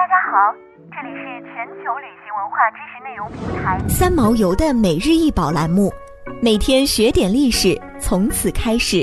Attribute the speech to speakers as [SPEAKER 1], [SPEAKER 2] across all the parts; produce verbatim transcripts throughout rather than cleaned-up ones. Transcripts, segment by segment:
[SPEAKER 1] 家好，这里是全球旅行文化知识内容平台
[SPEAKER 2] 三毛游的每日一宝栏目，每天学点历史，从此开始。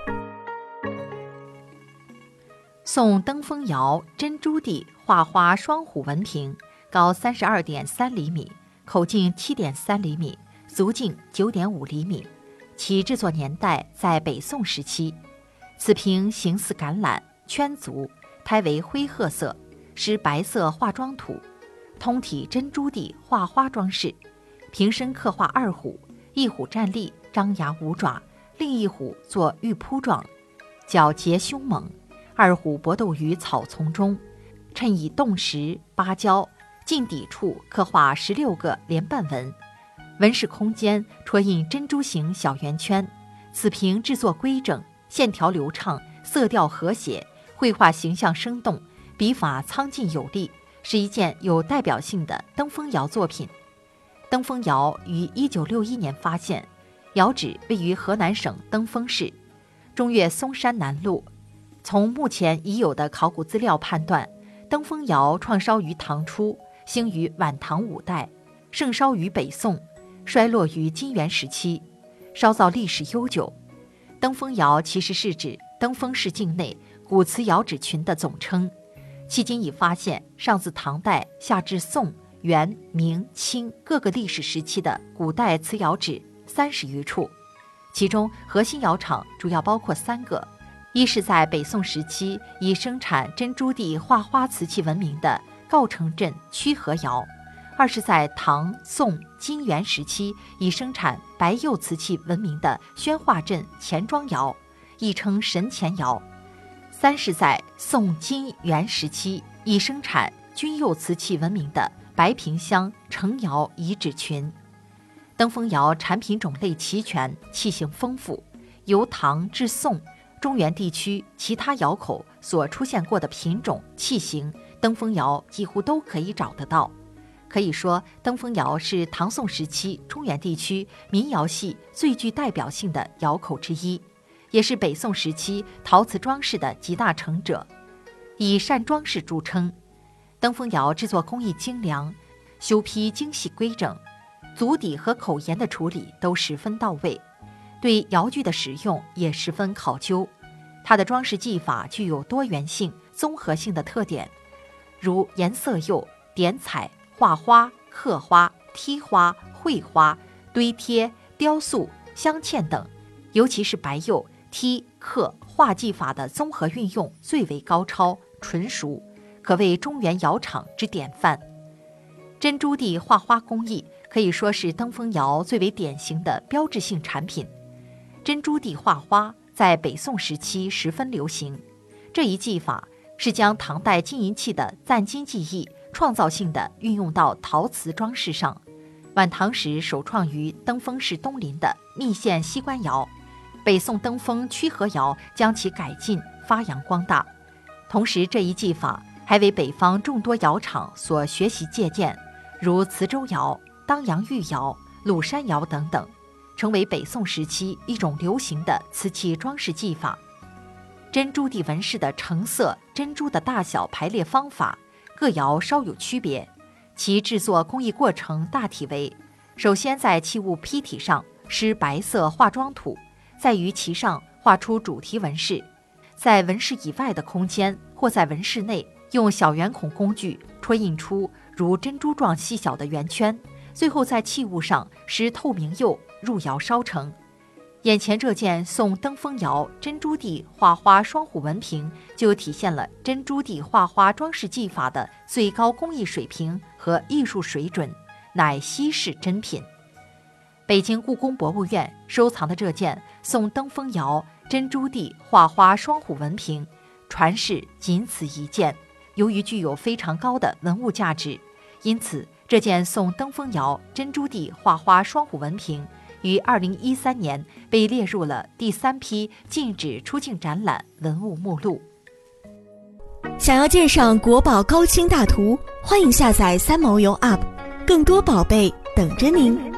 [SPEAKER 3] 宋登封窑珍珠地画花双虎纹瓶，高三十二点三厘米，口径七点三厘米，足径九点五厘米，其制作年代在北宋时期。此瓶形似橄榄，圈足，胎为灰褐色，施白色化妆土，通体珍珠地画花装饰。瓶身刻画二虎，一虎站立，张牙舞爪，另一虎作玉扑状，角节凶猛。二虎搏斗于草丛中，衬以洞石、芭蕉，近底处刻画十六个连瓣纹，纹饰空间戳印珍珠形小圆圈。此瓶制作规整，线条流畅，色调和谐，绘画形象生动，笔法苍劲有力，是一件有代表性的登封窑作品。登封窑于一九六一年发现，窑址位于河南省登封市，中岳嵩山南麓。从目前已有的考古资料判断，登封窑创烧于唐初，兴于晚唐五代，盛烧于北宋，衰落于金元时期，烧造历史悠久。登封窑其实是指登封市境内古瓷窑址群的总称，迄今已发现上自唐代下至宋、元、明、清各个历史时期的古代瓷窑址三十余处，其中核心窑厂主要包括三个。一是在北宋时期以生产珍珠地画花瓷器闻名的郜城镇曲河窑，二是在唐、宋、金元时期以生产白釉瓷器闻名的宣化镇钱庄窑，亦称神钱窑，三是在宋、金元时期以生产钧釉瓷器闻名的白萍乡城窑遗址群。登封窑产品种类齐全，器型丰富，由唐至宋中原地区其他窑口所出现过的品种器型，登封窑几乎都可以找得到。可以说，登封窑是唐宋时期中原地区民窑系最具代表性的窑口之一，也是北宋时期陶瓷装饰的集大成者，以善装饰著称。登封窑制作工艺精良，修坯精细规整，足底和口沿的处理都十分到位，对窑具的使用也十分考究。它的装饰技法具有多元性、综合性的特点，如颜色釉、点彩、画花、刻花、剔花、绘花、堆贴、雕塑、镶嵌等，尤其是白釉、剔、刻、画技法的综合运用最为高超纯熟，可谓中原窑厂之典范。珍珠地画花工艺可以说是登封窑最为典型的标志性产品。珍珠地画花在北宋时期十分流行，这一技法是将唐代金银器的赞金技艺创造性地运用到陶瓷装饰上。晚唐时首创于登封市东临的密县西关窑，北宋登封曲河窑将其改进发扬光大。同时，这一技法还为北方众多窑厂所学习借鉴，如磁州窑、当阳玉窑、鲁山窑等等，成为北宋时期一种流行的瓷器装饰技法。珍珠地纹饰的成色、珍珠的大小排列方法，各窑稍有区别。其制作工艺过程大体为：首先在器物坯体上施白色化妆土，再于其上画出主题纹饰，在纹饰以外的空间或在纹饰内用小圆孔工具戳印出如珍珠状细小的圆圈，最后在器物上施透明釉入窑烧成。眼前这件宋登封窑珍珠地画花双虎纹瓶，就体现了珍珠地画花装饰技法的最高工艺水平和艺术水准，乃稀世珍品。北京故宫博物院收藏的这件宋登封窑珍珠地画花双虎纹瓶，传世仅此一件。由于具有非常高的文物价值，因此这件宋登封窑珍珠地画花双虎纹瓶于二零一三年被列入了第三批禁止出境展览文物目录。
[SPEAKER 2] 想要鉴赏国宝高清大图，欢迎下载三毛游 App， 更多宝贝等着您。